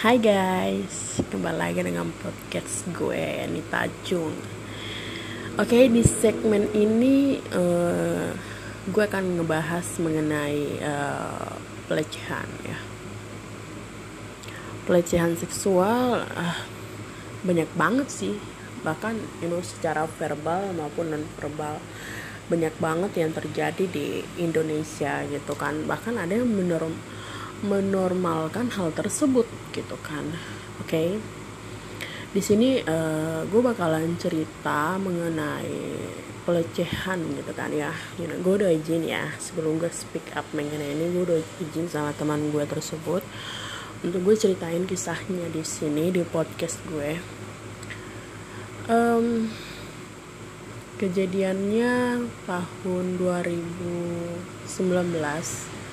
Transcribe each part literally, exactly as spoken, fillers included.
Hai guys, kembali lagi dengan podcast gue Nita Jung. Oke, di segmen ini uh, gue akan ngebahas mengenai uh, pelecehan ya. Pelecehan seksual uh, banyak banget sih, bahkan you know secara verbal maupun non verbal banyak banget yang terjadi di Indonesia gitu kan. Bahkan ada yang menorm menormalkan hal tersebut gitu kan. Oke. Okay? Di sini uh, gue bakalan cerita mengenai pelecehan gitu kan ya. You know, gue udah izin ya sebelum gue speak up mengenai ini, gue udah izin sama teman gue tersebut untuk gue ceritain kisahnya di sini di podcast gue. Um, kejadiannya tahun dua ribu sembilan belas.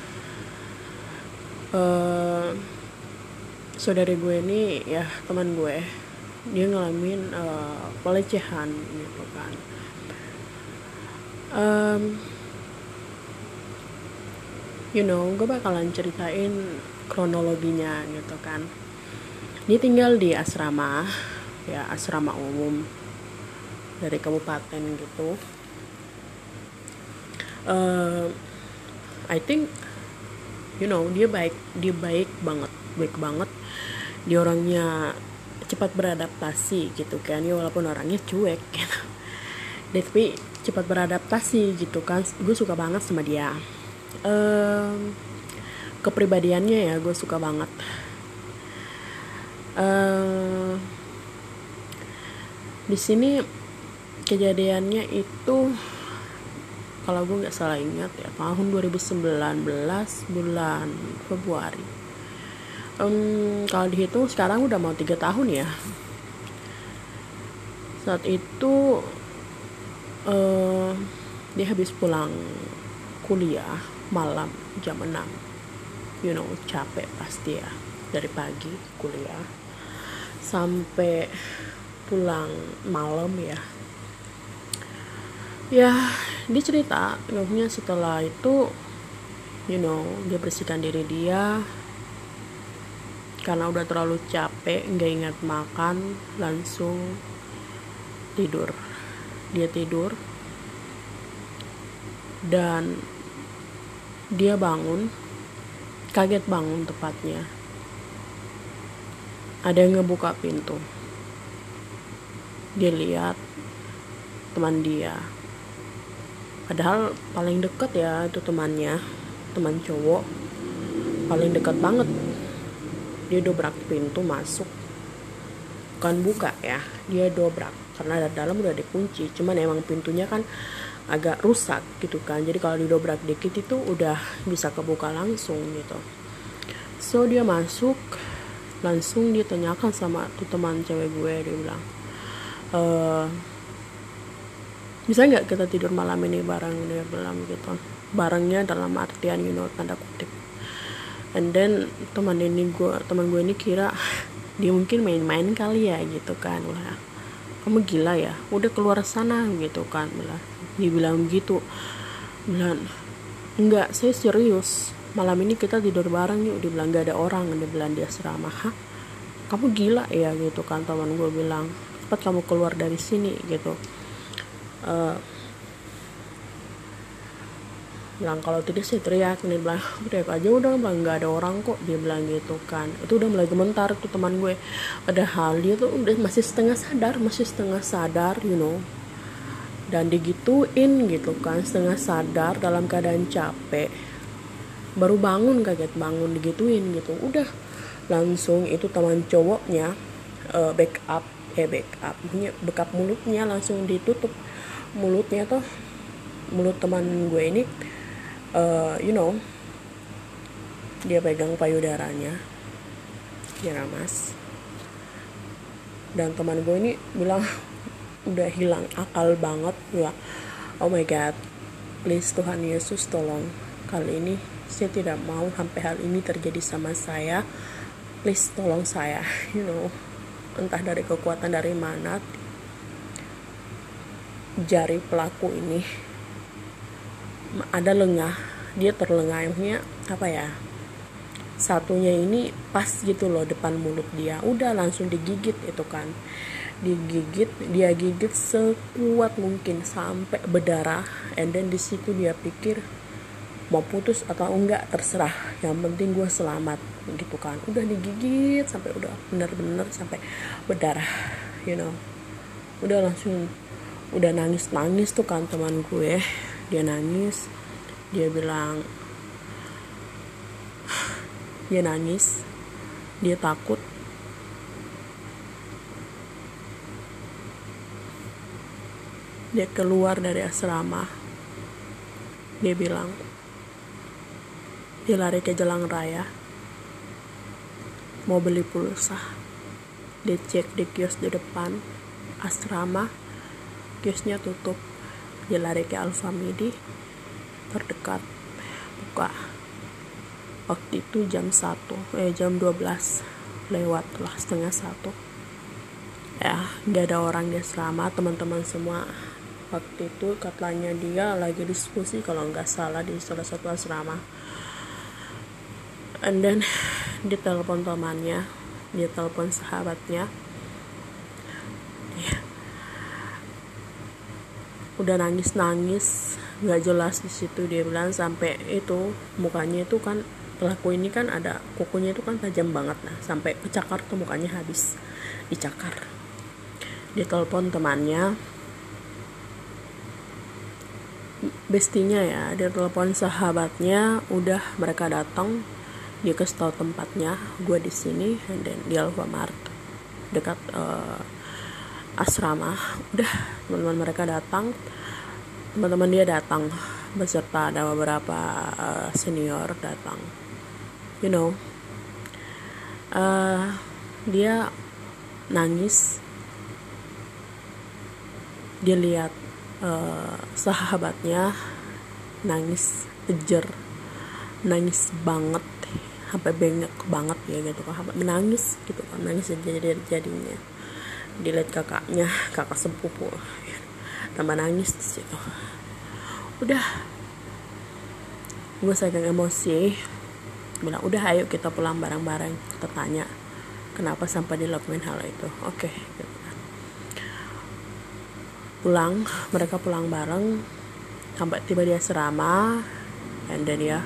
Uh, saudari gue ini ya teman gue, dia ngalamin uh, pelecehan gitu kan. Um, you know, gue bakalan ceritain kronologinya gitu kan. Dia tinggal di asrama, ya asrama umum dari kabupaten gitu. Uh, I think you know dia baik dia baik banget baik banget dia orangnya cepat beradaptasi gitu kan ya, walaupun orangnya cuek gitu tapi cepat beradaptasi gitu kan. Gue suka banget sama dia, um, kepribadiannya ya gue suka banget. um, di sini kejadiannya itu kalau gue nggak salah ingat ya tahun dua ribu sembilan belas bulan Februari. Um, kalau dihitung sekarang udah mau tiga tahun ya. Saat itu uh, dia habis pulang kuliah malam jam enam. You know, capek pasti ya, dari pagi kuliah sampai pulang malam ya. Ya, dia cerita, maksudnya setelah itu, you know, dia bersihkan diri dia karena udah terlalu capek, nggak ingat makan, langsung tidur. Dia tidur dan dia bangun, kaget bangun tepatnya. Ada yang ngebuka pintu. Dia lihat teman dia. Padahal paling dekat ya itu temannya, teman cowok, paling dekat banget. Dia dobrak pintu masuk, bukan buka ya, dia dobrak karena dari dalam udah dikunci. Cuman emang pintunya kan agak rusak gitu kan, jadi kalau didobrak dikit itu udah bisa kebuka langsung gitu. So dia masuk, langsung dia tanyakan sama tuh teman cewek gue, dia bilang, e, bisa nggak kita tidur malam ini bareng? Dia bilang gitu. Barengnya dalam artian you know tanda kutip. And then teman ini gue teman gue ini kira dia mungkin main-main kali ya gitu kan. Wah, kamu gila ya, udah keluar sana gitu kan. Bilang dia bilang gitu. Bilang enggak, saya serius, malam ini kita tidur bareng yuk. Dia bilang gak ada orang. Dia bilang di asrama. Hah, kamu gila ya gitu kan. Teman gue bilang cepat kamu keluar dari sini gitu. Uh, bilang kalau tidak sih teriak. Dia bilang teriak aja udah, bilang nggak ada orang kok. Dia bilang gitu kan. Itu udah mulai gementar tuh teman gue, padahal dia tuh udah masih setengah sadar masih setengah sadar you know, dan digituin gitu kan, setengah sadar dalam keadaan capek, baru bangun, kaget bangun digituin gitu. Udah langsung itu teman cowoknya uh, backup eh backup punya bekap mulutnya, langsung ditutup mulutnya tuh, mulut teman gue ini uh, you know, dia pegang payudaranya, dia ramas. Dan teman gue ini bilang udah hilang akal banget ya. Oh my god, please Tuhan Yesus tolong, kali ini saya tidak mau sampai hal ini terjadi sama saya, please tolong saya. You know, entah dari kekuatan dari mana jari pelaku ini ada lengah, dia terlengah, maksudnya apa ya, satunya ini pas gitu loh depan mulut dia, udah langsung digigit itu kan, digigit dia gigit sekuat mungkin sampai berdarah. And then di situ dia pikir mau putus atau enggak terserah, yang penting gue selamat gitu kan. Udah digigit sampai udah bener-bener sampai berdarah, you know. Udah langsung udah nangis-nangis tuh kan teman gue, dia nangis, dia bilang dia nangis, dia takut. Dia keluar dari asrama, dia bilang dia lari ke jalan raya mau beli pulsa. Dia cek di kios di depan asrama, kiosnya tutup. Dia lari ke Alfamidi terdekat, buka. Waktu itu jam satu, eh jam dua belas lewat lah, setengah satu. Ya, nggak ada orang di asrama, teman-teman semua. Waktu itu katanya dia lagi diskusi kalau nggak salah di salah satu asrama. And then dia telepon temannya, dia telepon sahabatnya. Dia udah nangis-nangis, nggak jelas di situ. Dia bilang sampai itu mukanya itu kan, pelaku ini kan ada kukunya itu kan tajam banget, nah sampai kecakar tuh mukanya, habis dicakar. Dia telepon temannya, bestinya ya, dia telepon sahabatnya, udah mereka datang. Dia kasih tahu tempatnya, gue di sini, and then di Alfamart dekat uh, asrama. Udah teman-teman mereka datang, teman-teman dia datang beserta ada beberapa uh, senior datang, you know. Uh, dia nangis, dia lihat uh, sahabatnya nangis kejer, nangis banget, sampai bengek banget ya gitu kan, sampai menangis gitu kan, nangis jadi jadinya. Dilihat kakaknya, kakak sepupu, tambah nangis di situ. Udah, gue saking emosi, bilang udah ayo kita pulang bareng-bareng. Kita tanya kenapa sampai dilakuin hal itu. Oke, okay, gitu kan. Pulang, mereka pulang bareng sampai tiba di asrama. And then ya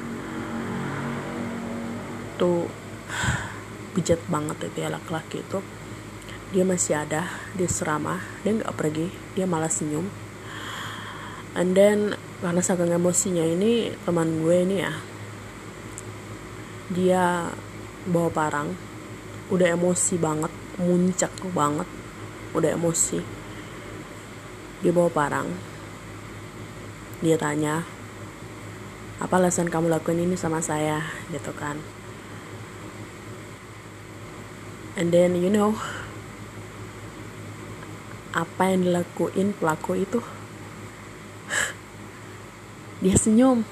tuh bejat banget itu ya laki-laki itu. Dia masih ada di asrama, dia nggak pergi, dia malah senyum. And then karena saking emosinya ini, teman gue ini ya, dia bawa parang, udah emosi banget, muncak banget, udah emosi. Dia bawa parang, dia tanya, apa alasan kamu lakuin ini sama saya, gitu kan. And then you know apa yang dilakuin pelaku itu? Dia senyum.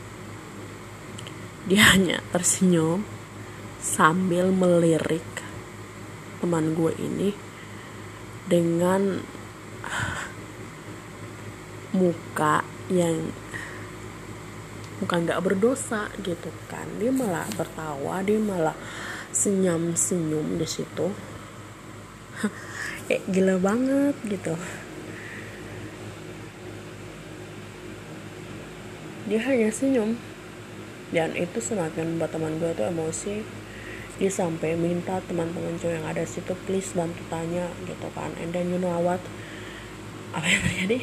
Dia hanya tersenyum sambil melirik teman gue ini dengan muka yang muka nggak berdosa gitu kan. Dia malah tertawa, dia malah senyum-senyum di situ. Kayak gila banget gitu. Dia hanya senyum, dan itu semakin membuat teman gue tuh emosi. Dia sampai minta teman-teman cowok yang ada situ please bantu tanya gitu kan. And then you know what, apa yang terjadi?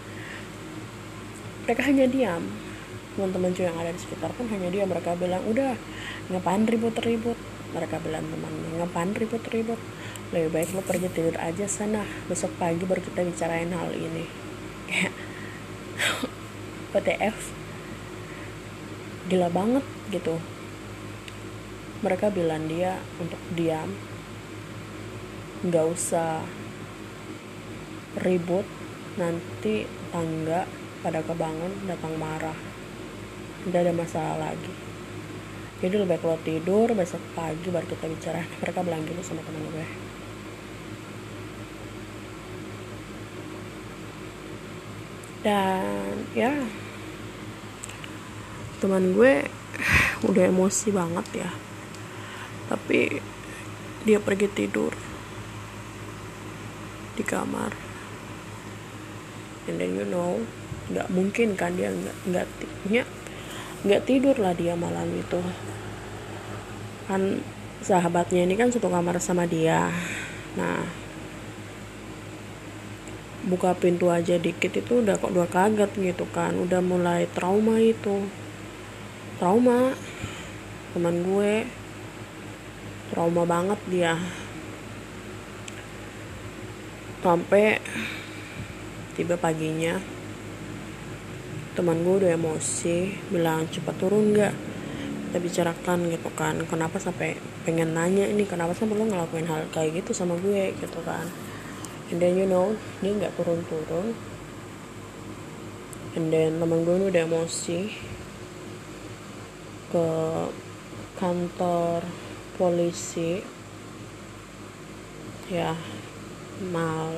Mereka hanya diam. Teman-teman cowok yang ada di sekitar pun hanya diam. Mereka bilang udah ngapain ribut-ribut. Mereka bilang temannya, ngapain ribut-ribut, lebih baik lo pergi tidur aja sana, besok pagi baru kita bicarain hal ini. Kayak W T F, gila banget gitu. Mereka bilang dia untuk diam, nggak usah ribut, nanti tangga pada kebangun datang marah, tidak ada masalah lagi. Jadi lebih baik lo tidur, besok pagi baru kita bicara. Mereka bilang gitu sama teman gue. Dan ya, teman gue udah emosi banget ya. tapi dia pergi tidur di kamar. And then you know, nggak mungkin kan dia nggak nggak nggak tidur lah dia malam itu. Kan sahabatnya ini kan satu kamar sama dia. Nah, buka pintu aja dikit itu udah kok udah kaget gitu kan, udah mulai trauma itu. Trauma teman gue, trauma banget dia. Sampai tiba paginya teman gue udah emosi, bilang cepat turun nggak, kita bicarakan gitu kan, kenapa sampai pengen nanya ini, kenapa sampai lo ngelakuin hal kayak gitu sama gue gitu kan. And then you know, dia nggak turun-turun. And then teman gue ini udah emosi, ke kantor polisi ya, mal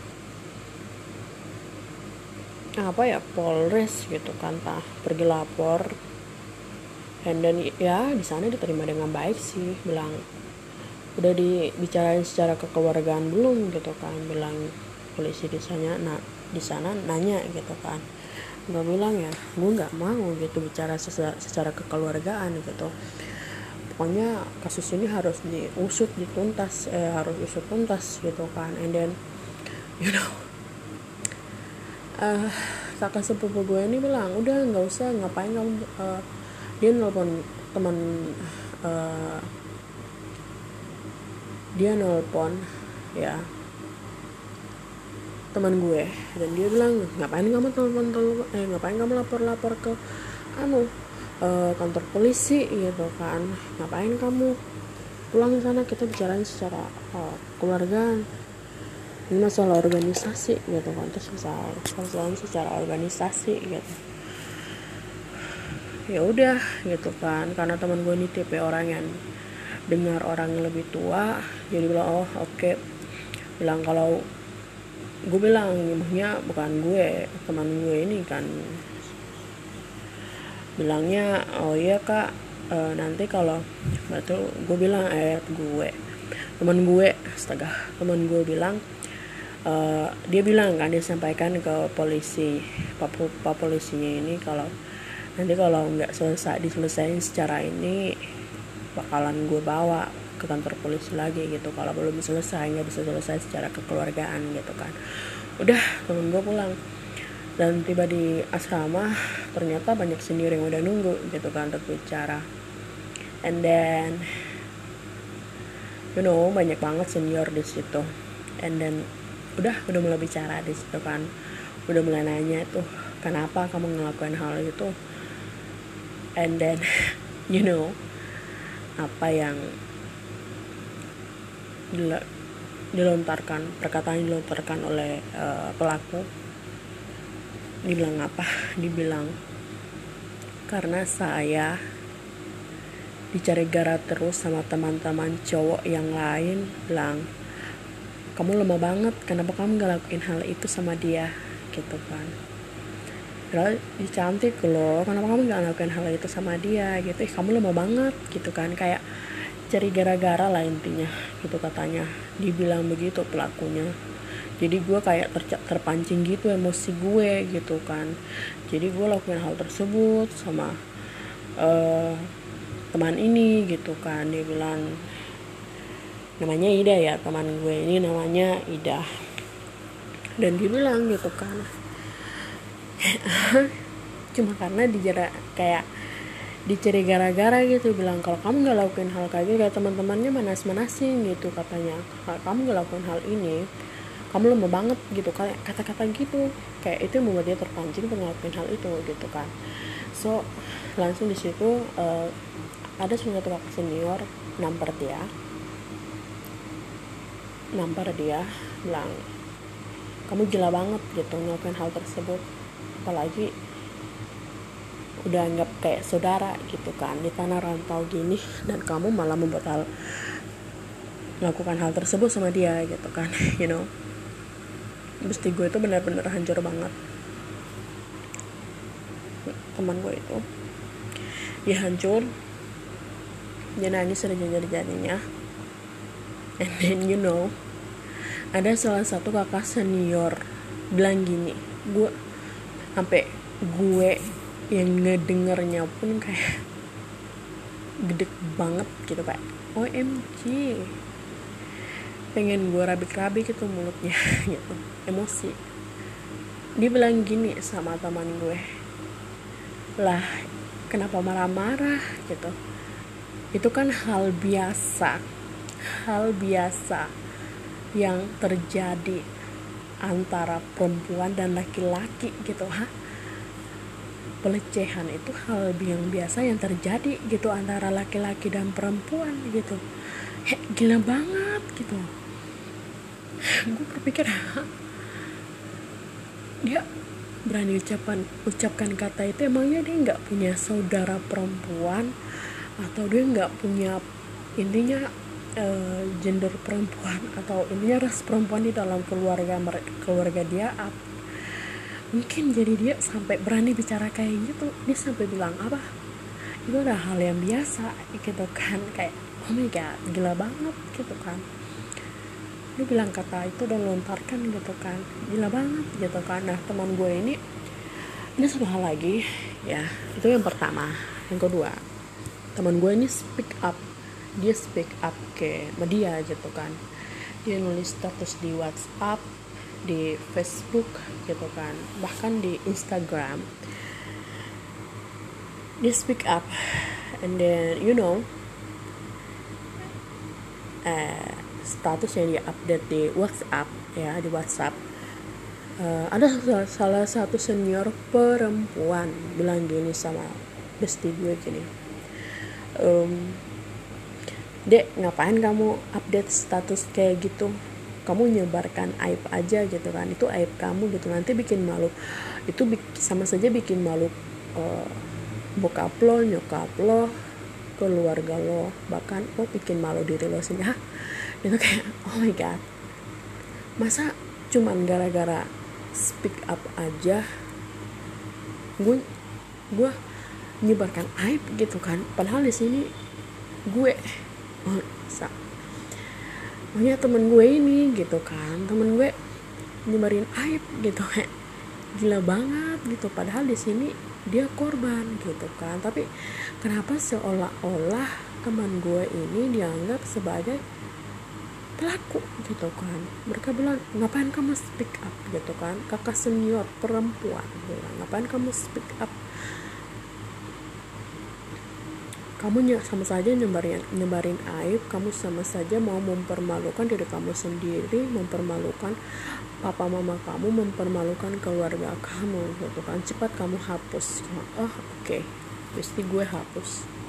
apa ya, Polres gitu kan, tah pergi lapor. And then ya di sana diterima dengan baik sih, bilang udah dibicarain secara kekeluargaan belum gitu kan, bilang polisi di sana. Nah di sana nanya gitu kan, gue bilang ya gue nggak mau gitu bicara secara, secara kekeluargaan gitu, pokoknya kasus ini harus diusut dituntas, eh, harus usut tuntas gitu kan. And then you know, uh, kakak sepupu gue ini bilang udah nggak usah, ngapain kamu, uh, dia nelpon teman, uh, dia nelpon ya teman gue, dan dia bilang ngapain kamu telepon telepon eh ngapain kamu lapor lapor ke anu uh, kantor polisi gitu kan, ngapain kamu, pulang ke sana, kita bicarain secara uh, keluargaan, ini masalah organisasi gitu kan, terus masalah masalah secara organisasi gitu. Ya udah gitu kan, karena teman gue ini tipe orang yang dengar orang yang lebih tua, jadi bilang oh oke okay. Bilang kalau gue bilang emangnya bukan gue, teman gue ini kan bilangnya oh iya kak, e, nanti kalau betul gue bilang eh gue teman gue astaga teman gue bilang, e, dia bilang kan, dia sampaikan ke polisi, pak, pak polisinya ini, kalau nanti kalau nggak selesai diselesaikan secara ini bakalan gue bawa ke kantor polisi lagi gitu, kalau belum selesai, nggak bisa selesai secara kekeluargaan gitu kan. Udah temen gue pulang, dan tiba di asrama ternyata banyak senior yang udah nunggu gitu kan untuk bicara. And then you know, banyak banget senior di situ. And then udah udah mulai bicara di situ kan, udah mulai nanya tuh kenapa kamu ngelakuin hal itu. And then you know, apa yang dilontarkan, perkataan yang dilontarkan oleh uh, pelaku, dibilang apa, dibilang karena saya dicari gara terus sama teman-teman cowok yang lain, bilang kamu lemah banget, kenapa kamu gak lakuin hal itu sama dia gitu kan, padahal dia cantik loh, kenapa kamu gak lakuin hal itu sama dia gitu, eh kamu lemah banget gitu kan, kayak cari gara-gara lah intinya gitu katanya, dibilang begitu pelakunya. Jadi gue kayak ter- terpancing gitu emosi gue gitu kan, jadi gue lakuin hal tersebut sama uh, teman ini gitu kan. Dia bilang namanya Ida ya, teman gue ini namanya Ida, dan dia bilang gitu kan cuma karena dijara kayak dicari gara-gara gitu, bilang kalau kamu gak lakuin hal kayak gitu, kayak teman-temannya manas-manasin gitu katanya, kalau kamu gak lakuin hal ini kamu lemah banget gitu, kayak kata-kata gitu, kayak itu yang membuat dia terpancing untuk ngelakuin hal itu gitu kan. So langsung di situ uh, ada salah satu kakak senior nampar dia nampar dia bilang kamu gila banget gitu ngelakuin hal tersebut, apalagi udah anggap kayak saudara gitu kan di tanah rantau gini, dan kamu malah membuat hal melakukan hal tersebut sama dia gitu kan. You know, mesti gue itu benar-benar hancur banget. Teman gue itu dia hancur, dia nangis udah jadi-jadinya. And then you know, ada salah satu kakak senior bilang gini, gue sampai gue yang ngedengernya pun kayak gede banget gitu, kayak O M G, pengen gue rabik-rabik gitu mulutnya gitu, emosi. Dia bilang gini sama teman gue, lah kenapa marah-marah gitu, itu kan hal biasa, hal biasa yang terjadi antara perempuan dan laki-laki gitu. Hah? Pelecehan itu hal yang biasa yang terjadi gitu antara laki-laki dan perempuan gitu. He, gila banget gitu. Gue berpikir dia berani ucapan ucapkan kata itu, emangnya dia nggak punya saudara perempuan, atau dia nggak punya intinya Uh, gender perempuan, atau intinya ras perempuan di dalam keluarga keluarga dia up. Mungkin jadi dia sampai berani bicara kayak gitu. Dia sampai bilang apa, itu udah hal yang biasa gitu kan, kayak oh my god, gila banget gitu kan. Dia bilang kata itu dan lontarkan gitu kan, gila banget gitu kan. Nah teman gue ini ini satu hal lagi ya, itu yang pertama. Yang kedua, teman gue ini speak up, dia speak up ke media gitu kan. Dia nulis status di WhatsApp, di Facebook gitu kan, bahkan di Instagram. Dia speak up, and then you know uh, status yang dia update di WhatsApp ya, di WhatsApp uh, ada salah satu senior perempuan bilang gini sama bestie gue gini, um, Dek, ngapain kamu update status kayak gitu? Kamu nyebarkan aib aja gitu kan. Itu aib kamu gitu, nanti bikin malu. Itu sama saja bikin malu uh, bokap lo, nyokap lo, keluarga lo, bahkan lo bikin malu diri lo sendiri. Hah? Itu kayak oh my god, masa cuman gara-gara speak up aja gue gue nyebarkan aib gitu kan? Padahal di sini gue oh, punya temen gue ini gitu kan, temen gue nyebarin aib gitu, kayak gila banget gitu. Padahal di sini dia korban gitu kan, tapi kenapa seolah-olah teman gue ini dianggap sebagai pelaku gitu kan. Mereka bilang, ngapain kamu speak up gitu kan, kakak senior perempuan bilang, ngapain kamu speak up, kamu sama saja nyebarin, nyebarin aib, kamu sama saja mau mempermalukan diri kamu sendiri, mempermalukan papa mama kamu, mempermalukan keluarga kamu gitu kan. Cepat kamu hapus. Oh oke, okay. Pasti gue hapus.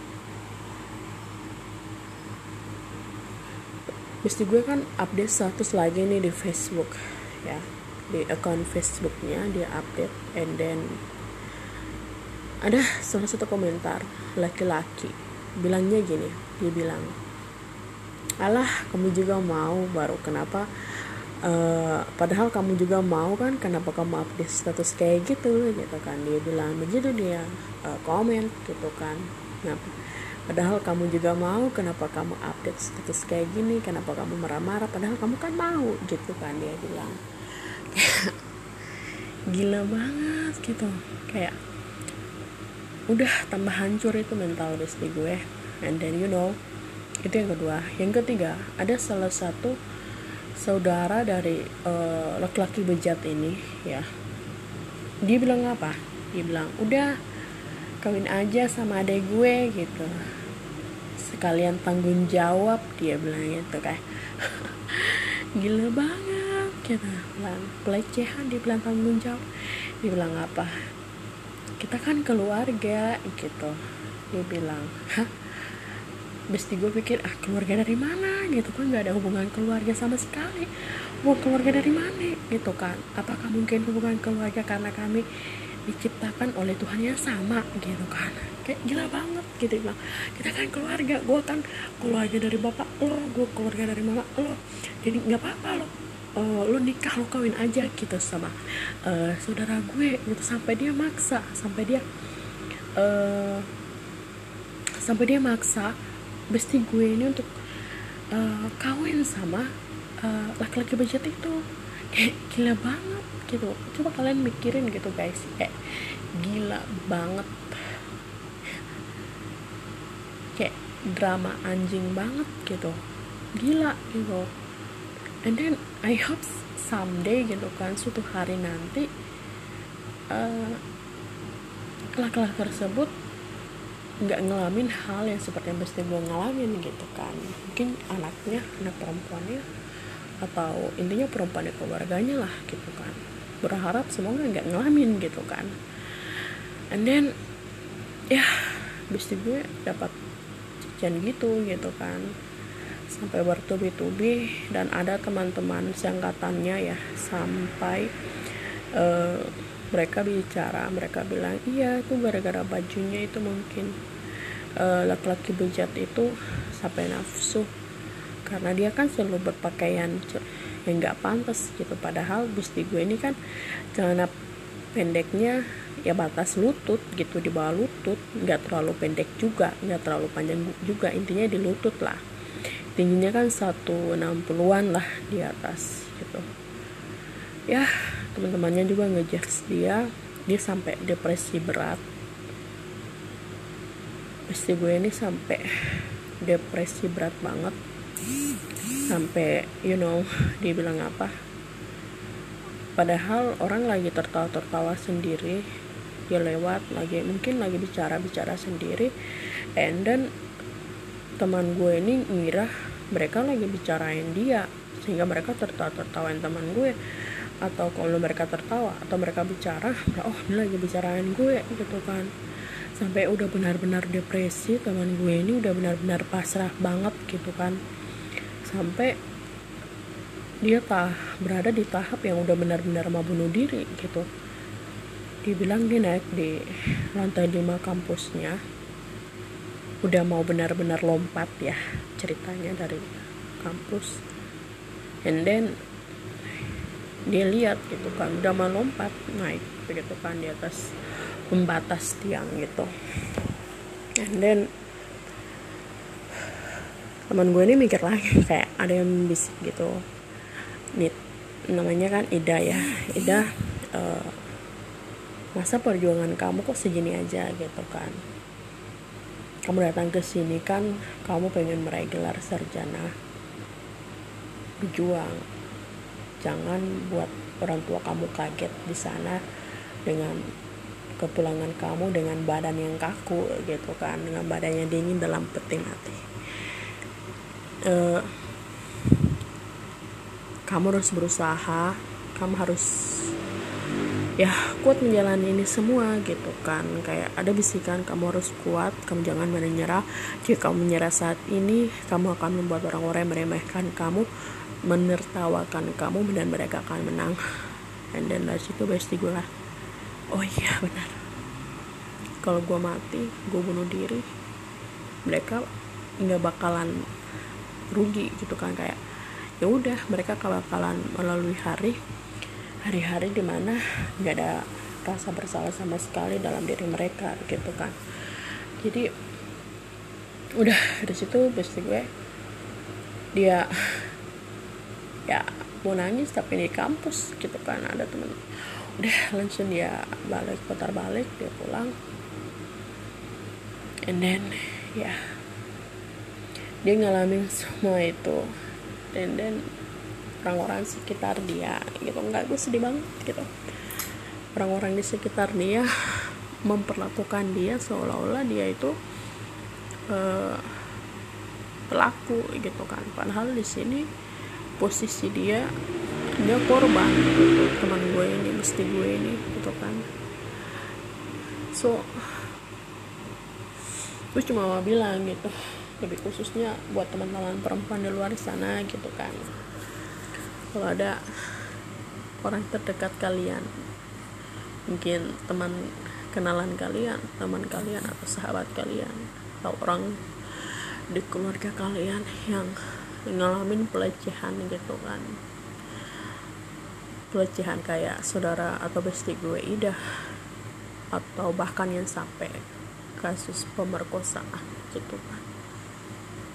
Pasti gue kan update status lagi nih di Facebook ya, di account Facebooknya dia update, and then ada salah satu komentar laki-laki bilangnya gini, dia bilang, alah kamu juga mau, baru kenapa uh, padahal kamu juga mau kan, kenapa kamu update status kayak gitu gitu kan. Dia bilang begitu, dia uh, komen gitu kan, nah, padahal kamu juga mau, kenapa kamu update status kayak gini, kenapa kamu marah-marah, padahal kamu kan mau gitu kan. Dia bilang gila banget gitu, kayak udah tambah hancur itu mental bestie gue. And then you know, itu yang kedua. Yang ketiga, ada salah satu saudara dari uh, laki-laki bejat ini ya, dia bilang apa, dia bilang udah kawin aja sama adek gue gitu, sekalian tanggung jawab, dia bilang gitu kayak gila banget gitu. Bilang pelecehan, dia bilang tanggung jawab. Dia bilang apa, kita kan keluarga gitu. Dia bilang, hah? Bestie gue pikir, ah keluarga dari mana gitu kan, gak ada hubungan keluarga sama sekali. Mau keluarga dari mana gitu kan. Apakah mungkin hubungan keluarga karena kami diciptakan oleh Tuhan yang sama gitu kan. Kayak gila banget gitu. Bilang, kita kan keluarga, gue kan keluarga dari bapak lo, gue keluarga dari mama lo, jadi gak apa-apa lo Uh, lo nikah, lo kawin aja gitu sama uh, saudara gue gitu. Sampai dia maksa, sampai dia uh, sampai dia maksa bestie gue ini untuk uh, kawin sama uh, laki-laki bejat itu. Kayak gila banget gitu. Coba kalian mikirin gitu guys, kayak gila banget, kayak drama anjing banget gitu, gila gitu. And then I hope someday gitu kan, suatu hari nanti uh, laki-laki tersebut nggak ngalamin hal yang seperti yang pasti gue ngalamin gitu kan. Mungkin anaknya, anak perempuannya, atau intinya perempuan di keluarganya lah gitu kan. Berharap semoga nggak ngalamin gitu kan. And then ya pasti gue dapat cikian gitu gitu kan, sampai bertubi-tubi. Dan ada teman-teman seangkatannya ya, sampai uh, mereka bicara, mereka bilang iya itu gara-gara bajunya itu mungkin uh, laki-laki bejat itu sampai nafsu karena dia kan selalu berpakaian yang nggak pantas gitu. Padahal besti gue ini kan celana pendeknya ya batas lutut gitu, di bawah lutut, nggak terlalu pendek juga, nggak terlalu panjang juga, intinya di lutut lah. Tingginya kan seratus enam puluhan lah di atas gitu ya. Teman-temannya juga ngejudge dia, dia sampai depresi berat. Pasti gue ini sampai depresi berat banget, sampai you know dia bilang apa, padahal orang lagi tertawa-tertawa sendiri, dia lewat lagi mungkin lagi bicara-bicara sendiri, and then teman gue ini ngira mereka lagi bicarain dia, sehingga mereka tertawa-tertawain teman gue. Atau kalau mereka tertawa atau mereka bicara, oh ini lagi bicarain gue gitu kan. Sampai udah benar-benar depresi, teman gue ini udah benar-benar pasrah banget gitu kan. Sampai dia tah berada di tahap yang udah benar-benar mau bunuh diri gitu. Dibilang dia naik di lantai lima kampusnya, udah mau benar-benar lompat ya ceritanya dari kampus. And then dia lihat gitu kan, udah mau lompat naik begitu kan di atas pembatas tiang gitu. And then teman gue ini mikir lagi, kayak ada yang bisik gitu. Nih namanya kan Ida ya, Ida uh, masa perjuangan kamu kok segini aja gitu kan. Kamu datang ke sini kan kamu pengen meraih gelar sarjana, berjuang. Jangan buat orang tua kamu kaget di sana dengan kepulangan kamu dengan badan yang kaku gitu kan, dengan badan yang dingin dalam peti mati. Uh, kamu harus berusaha, kamu harus ya kuat menjalani ini semua gitu kan. Kayak ada bisikan kamu harus kuat, kamu jangan menyerah. Jika kamu menyerah saat ini, kamu akan membuat orang-orang yang meremehkan kamu menertawakan kamu dan mereka akan menang. And then dari situ bestie gue lah, oh iya benar, kalau gue mati, gue bunuh diri, mereka nggak bakalan rugi gitu kan. Kayak ya udah, mereka bakalan melalui hari hari-hari dimana nggak ada rasa bersalah sama sekali dalam diri mereka gitu kan. Jadi udah dari situ bestie gue dia ya mau nangis tapi di kampus gitu kan. Ada temen, udah langsung dia balik, putar balik, dia pulang. And then ya dia ngalamin semua itu. And then orang-orang sekitar dia gitu, enggak, gue sedih banget gitu. Orang-orang di sekitar dia memperlakukan dia seolah-olah dia itu uh, pelaku gitu kan. Padahal di sini posisi dia dia korban gitu, teman gue ini, bestie gue ini gitu kan. So gue cuma mau bilang gitu, lebih khususnya buat teman-teman perempuan di luar sana gitu kan, kalau ada orang terdekat kalian, mungkin teman kenalan kalian, teman kalian atau sahabat kalian, atau orang di keluarga kalian yang ngalamin pelecehan gitu kan, pelecehan kayak saudara atau bestie gue Ida, atau bahkan yang sampai kasus pemerkosaan gitu kan.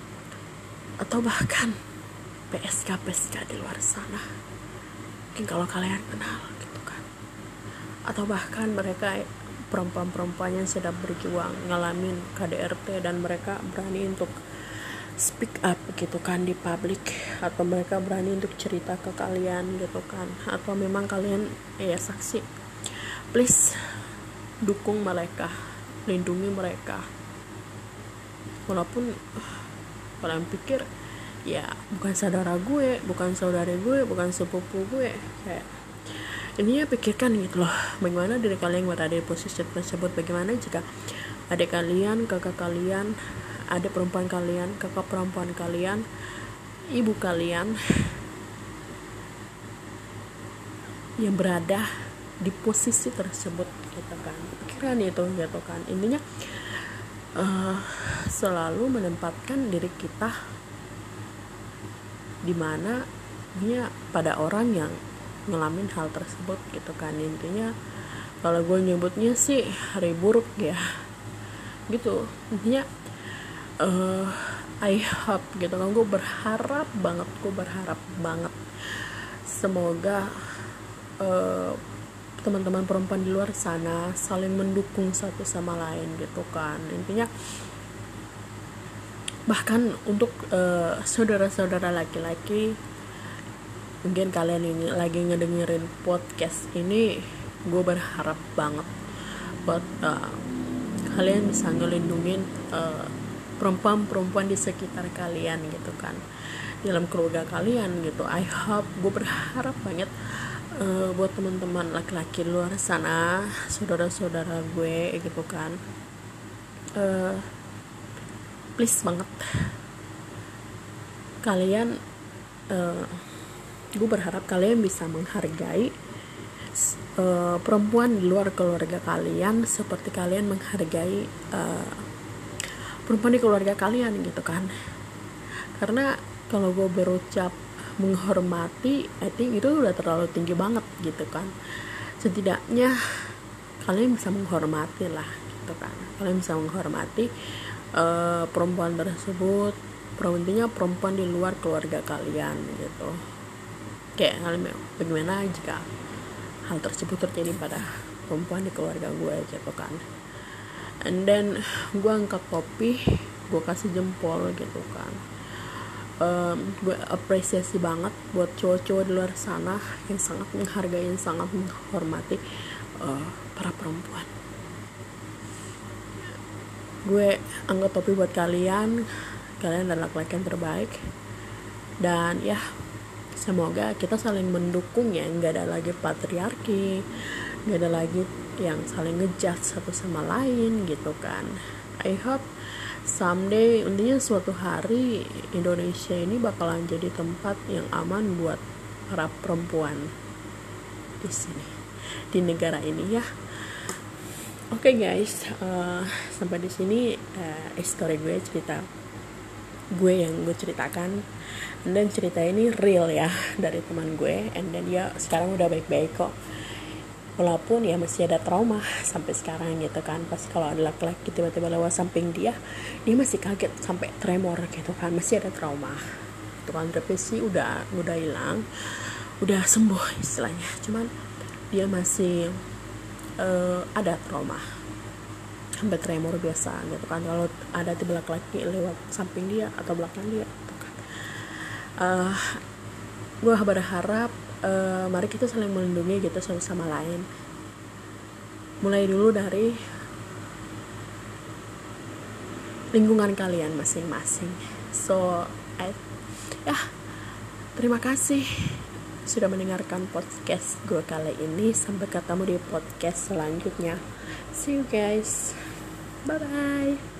atau bahkan P S K P S K di luar sana, mungkin kalau kalian kenal gitu kan, atau bahkan mereka perempuan-perempuan yang sedang berjuang ngalamin K D R T dan mereka berani untuk speak up gitu kan di publik, atau mereka berani untuk cerita ke kalian gitu kan, atau memang kalian ya saksi, please dukung mereka, lindungi mereka, walaupun kalian pikir ya bukan saudara gue, bukan saudari gue, bukan sepupu gue, kayak ini ya pikirkan gitu loh, bagaimana diri kalian berada di posisi tersebut, bagaimana jika adik kalian, kakak kalian, adik perempuan kalian, kakak perempuan kalian, ibu kalian yang berada di posisi tersebut gitu kan, pikiran itu gitu kan, intinya uh, selalu menempatkan diri kita dimana dia pada orang yang ngalamin hal tersebut gitu kan. Intinya kalau gue nyebutnya sih hari buruk ya gitu, intinya uh, I hope gitu kan, gue berharap banget gue berharap banget semoga uh, teman-teman perempuan di luar sana saling mendukung satu sama lain gitu kan. Intinya bahkan untuk uh, saudara-saudara laki-laki, mungkin kalian ini lagi ngedengerin podcast ini, gue berharap banget buat uh, kalian bisa ngelindungin uh, perempuan-perempuan di sekitar kalian gitu kan, dalam keluarga kalian gitu. I hope, gue berharap banget uh, buat teman-teman laki-laki luar sana, saudara-saudara gue gitu kan, uh, please banget kalian, uh, gue berharap kalian bisa menghargai uh, perempuan di luar keluarga kalian seperti kalian menghargai uh, perempuan di keluarga kalian gitu kan. Karena kalau gue berucap menghormati, I think itu udah terlalu tinggi banget gitu kan. Setidaknya kalian bisa menghormati lah gitu kan, kalian bisa menghormati uh, perempuan tersebut, intinya perempuan di luar keluarga kalian gitu. Kayak bagaimana jika hal tersebut terjadi pada perempuan di keluarga gue gitu kan. And then gue angkat topi, gue kasih jempol gitu kan. Um, gue apresiasi banget buat cowok-cowok di luar sana yang sangat menghargai, yang sangat menghormati uh, para perempuan. Gue angkat topi buat kalian, kalian adalah laki-laki yang terbaik. Dan ya, semoga kita saling mendukung ya, nggak ada lagi patriarki, nggak ada lagi yang saling ngejudge satu sama lain gitu kan. I hope someday, intinya suatu hari Indonesia ini bakalan jadi tempat yang aman buat para perempuan di sini, di negara ini ya. Oke okay guys, uh, sampai di sini uh, story gue, cerita gue yang gue ceritakan. And then cerita ini real ya dari teman gue, and then dia sekarang udah baik-baik kok, walaupun ya masih ada trauma sampai sekarang gitu kan. Pasti kalau ada laki-laki tiba-tiba lewat samping dia, dia masih kaget sampai tremor gitu kan, masih ada trauma itu kan. Tapi sih udah udah hilang, udah sembuh istilahnya, cuman dia masih uh, ada trauma sampai tremor biasa gitu kan, kalau ada tiba laki-laki lewat samping dia atau belakang dia gitu kan. uh, gue berharap uh, mari kita saling melindungi gitu satu sama lain, mulai dulu dari lingkungan kalian masing-masing. So I, ya terima kasih sudah mendengarkan podcast gue kali ini. Sampai ketemu di podcast selanjutnya. See you guys, bye bye.